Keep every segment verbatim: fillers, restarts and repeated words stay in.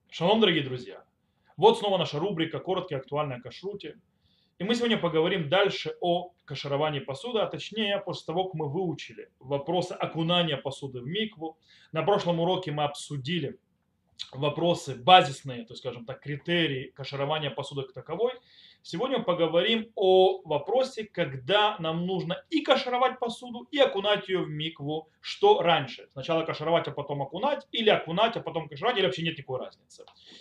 Шалом, дорогие друзья! Вот снова наша рубрика «Короткие и актуальные о кашруте». И мы сегодня поговорим дальше о кашировании посуды, а точнее после того, как мы выучили вопросы окунания посуды в микву. На прошлом уроке мы обсудили вопросы базисные, то есть, скажем так, критерии каширования посуды как таковой. Сегодня мы поговорим о вопросе, когда нам нужно и кашировать посуду, и окунать ее в микву. Что раньше? Сначала кашировать, а потом окунать, или окунать, а потом кашировать, или вообще нет никакой разницы.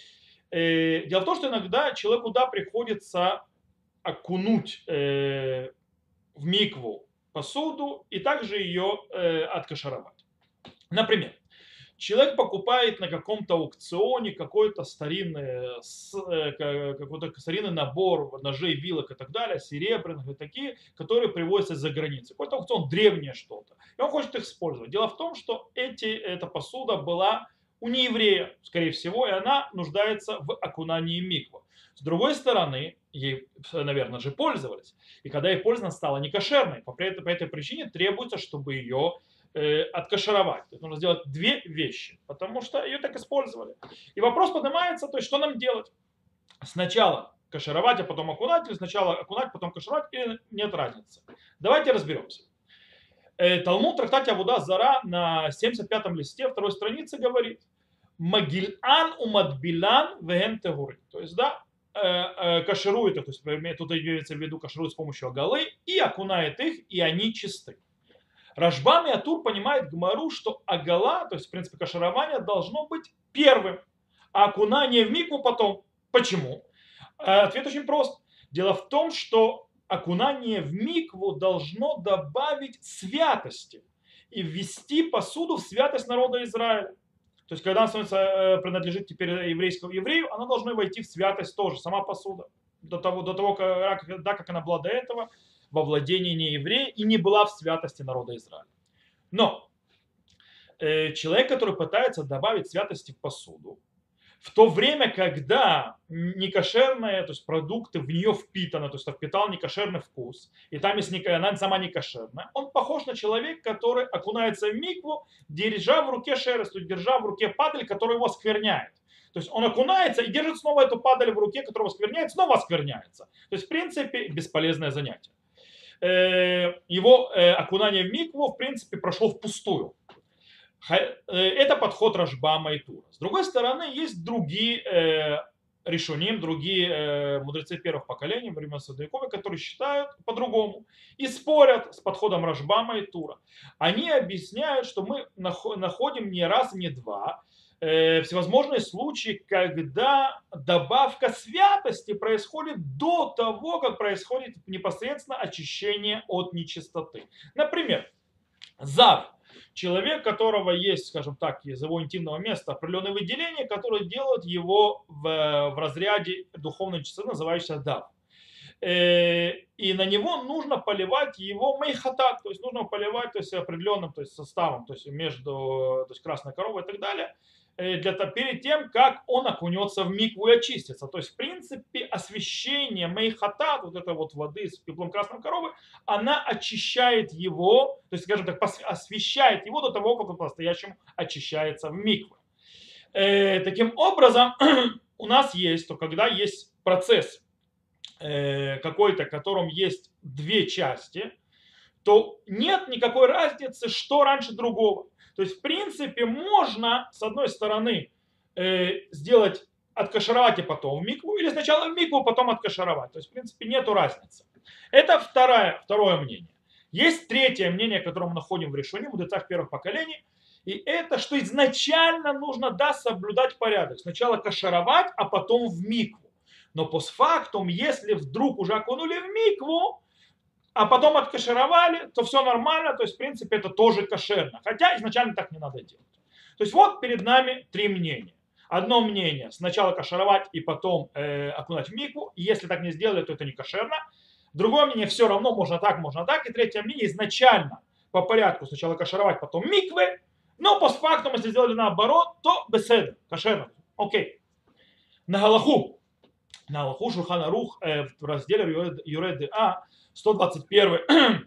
Э, Дело в том, что иногда человеку, да, приходится окунуть э, в микву посуду и также ее э, откашировать. Например, человек покупает на каком-то аукционе какой-то старинный, с- э, ка- какой-то старинный набор ножей, вилок и так далее, серебряных и такие, которые привозятся из-за границы. Какой-то аукцион, древнее что-то. И он хочет их использовать. Дело в том, что эти, эта посуда была у нееврея, скорее всего, и она нуждается в окунании миквы. С другой стороны, ей, наверное же, пользовались. И когда ей пользоваться стала некошерной, по этой, по этой причине требуется, чтобы ее э, откашировать. То есть нужно сделать две вещи, потому что ее так использовали. И вопрос поднимается, то есть что нам делать? Сначала кашировать, а потом окунать, или сначала окунать, потом кашировать, или нет разницы. Давайте разберемся. Э, Талмуд в трактате Авуда Зара на семьдесят пятом листе второй страницы говорит: Магильан умадбилан веген тегуры. То есть, да, э, э, каширует их, то есть тут имеется в виду каширует с помощью оголы и окунает их, и они чисты. Рашбам и Атур понимает Гмару, что агала, то есть, в принципе, каширование должно быть первым, а окунание в микву потом. Почему? Э, Ответ очень прост. Дело в том, что окунание в микву должно добавить святости и ввести посуду в святость народа Израиля. То есть, когда она становится, э, принадлежит теперь еврейскому еврею, она должна войти в святость тоже, сама посуда. До того, до того как, да, как она была до этого, во владении нееврея и не была в святости народа Израиля. Но э, человек, который пытается добавить святости в посуду, в то время, когда некошерные, то есть продукты в нее впитаны, то есть впитал некошерный вкус, и там есть не, она сама некошерная, он похож на человека, который окунается в микву, держа в руке шерсть, то есть держа в руке падаль, который его оскверняет. То есть он окунается и держит снова эту падаль в руке, которая оскверняет, снова оскверняется. То есть, в принципе, бесполезное занятие. Э, его э, окунание в микву, в принципе, прошло впустую. Э, это подход Рашбама и Тура. С другой стороны, есть другие э, решения, другие э, мудрецы первых поколений, времен Средневековья, которые считают по-другому и спорят с подходом Рашбама и Тура. Они объясняют, что мы находим не раз, не два э, всевозможные случаи, когда добавка святости происходит до того, как происходит непосредственно очищение от нечистоты. Например, зав. Человек, которого есть, скажем так, из его интимного места определенные выделения, которые делают его в, в разряде духовной чистоты, называющейся дав. Э, И на него нужно поливать его мейхатат, то есть нужно поливать, то есть определенным, то есть составом, то есть между, то есть красной коровой и так далее, э, для, перед тем, как он окунется в микву и очистится. То есть, в принципе, освещение мейхатат, вот этой вот воды с пеплом красной коровы, она очищает его, то есть, скажем так, освещает его до того, как он по-настоящему очищается в микве. Э, Таким образом, у нас есть, то когда есть процесс э, какой-то, в котором есть две части, то нет никакой разницы, что раньше другого. То есть, в принципе, можно, с одной стороны, э, сделать откашировать и потом в микву, или сначала в микву, потом откашировать. То есть, в принципе, нету разницы. Это второе, второе мнение. Есть третье мнение, которое мы находим в решении в мудрецах первых поколений, и это, что изначально нужно, да, соблюдать порядок. Сначала кашировать, а потом в микву. Но постфактум, если вдруг уже окунули в микву, а потом откашировали, то все нормально, то есть, в принципе, это тоже кошерно. Хотя изначально так не надо делать. То есть, вот перед нами три мнения. Одно мнение, сначала кашировать и потом э, окунать в микву. И если так не сделали, то это не кошерно. Другое мнение, все равно можно так, можно так. И третье мнение, изначально по порядку сначала кашировать, потом миквы. Но постфактум, если сделали наоборот, то беседа, кошерно. Окей. На Галаху. На Галаху Шулхан Арух э, в разделе Юреды А сто двадцать первая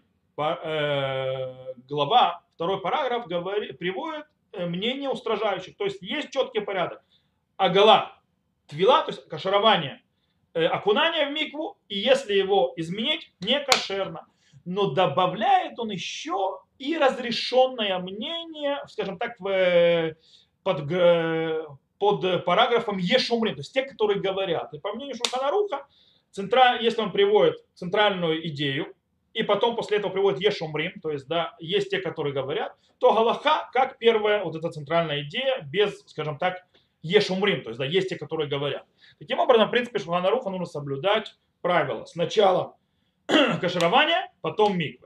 э, глава, второй параграф говорит, приводит мнение устражающих. То есть есть четкий порядок. агала, твила, то есть кашарование, э, окунание в микву, и если его изменить, не кошерно. Но добавляет он еще и разрешенное мнение, скажем так, в, под, под параграфом Ешумрим, то есть те, которые говорят. И по мнению Шулхан Аруха, центра, если он приводит центральную идею, и потом после этого приводит Ешумрим, то есть да, есть те, которые говорят, то галаха как первая вот эта центральная идея, без, скажем так, Ешумрим, то есть да, есть те, которые говорят. Таким образом, в принципе, Шулхан Аруха нужно соблюдать правила. Сначала каширование, потом миквы.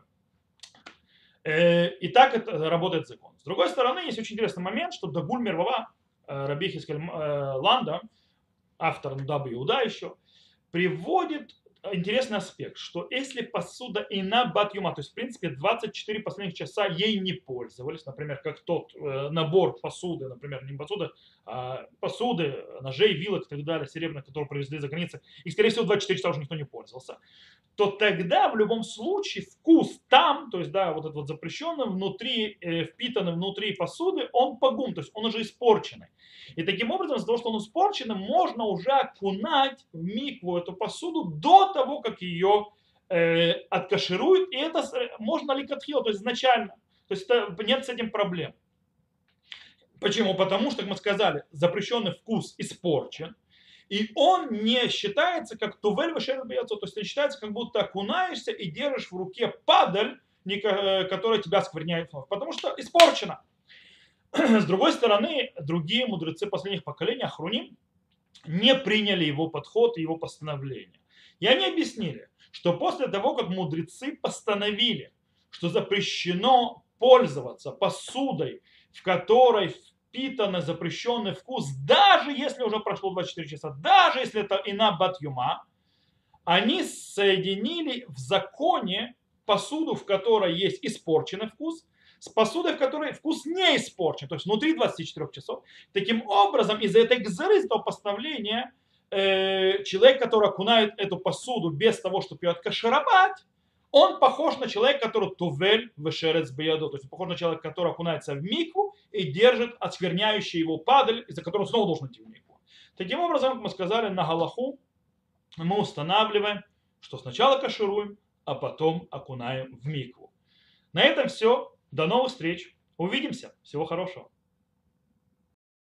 И так это работает закон. С другой стороны, есть очень интересный момент, что Дагуль Мервава, Раби Хискель Ланда, автор Даба Иуда еще, приводит интересный аспект, что если посуда ина бат юма, то есть в принципе двадцать четыре последних часа ей не пользовались, например, как тот э, набор посуды, например, не посуды, а посуды, ножей, вилок и так далее, серебряных, которые привезли за границей, и скорее всего двадцать четыре часа уже никто не пользовался, то тогда в любом случае вкус там, то есть да, вот этот вот запрещенный внутри, э, впитанный внутри посуды, он погум, то есть он уже испорченный. И таким образом, из-за того, что он испорченный, можно уже окунать в микву эту посуду до того, как ее э, откашируют. И это можно ли катхила, то есть изначально. То есть это, нет с этим проблем. Почему? Потому что, как мы сказали, запрещенный вкус испорчен. И он не считается как тувель вешерет бьется, то есть он считается, как будто окунаешься и держишь в руке падаль, которая тебя скверняет вновь, потому что испорчена. С другой стороны, другие мудрецы последних поколений, Ахруним, не приняли его подход и его постановление. И они объяснили, что после того, как мудрецы постановили, что запрещено пользоваться посудой, в которой впитанный запрещенный вкус, даже если уже прошло двадцать четыре часа, даже если это ина бат юма, они соединили в законе посуду, в которой есть испорченный вкус, с посудой, в которой вкус не испорчен, то есть внутри двадцати четырёх часов. Таким образом, из-за этой гзыры, из этого постановления, э, человек, который окунает эту посуду без того, чтобы ее откашировать, он похож на человека, который тувель вешерец бияду, то есть похож на человека, который окунается в микву и держит оскверняющий его падаль, из-за которого снова должен идти в микву. Таким образом, как мы сказали, на галаху мы устанавливаем, что сначала кашируем, а потом окунаем в микву. На этом все. До новых встреч. Увидимся. Всего хорошего.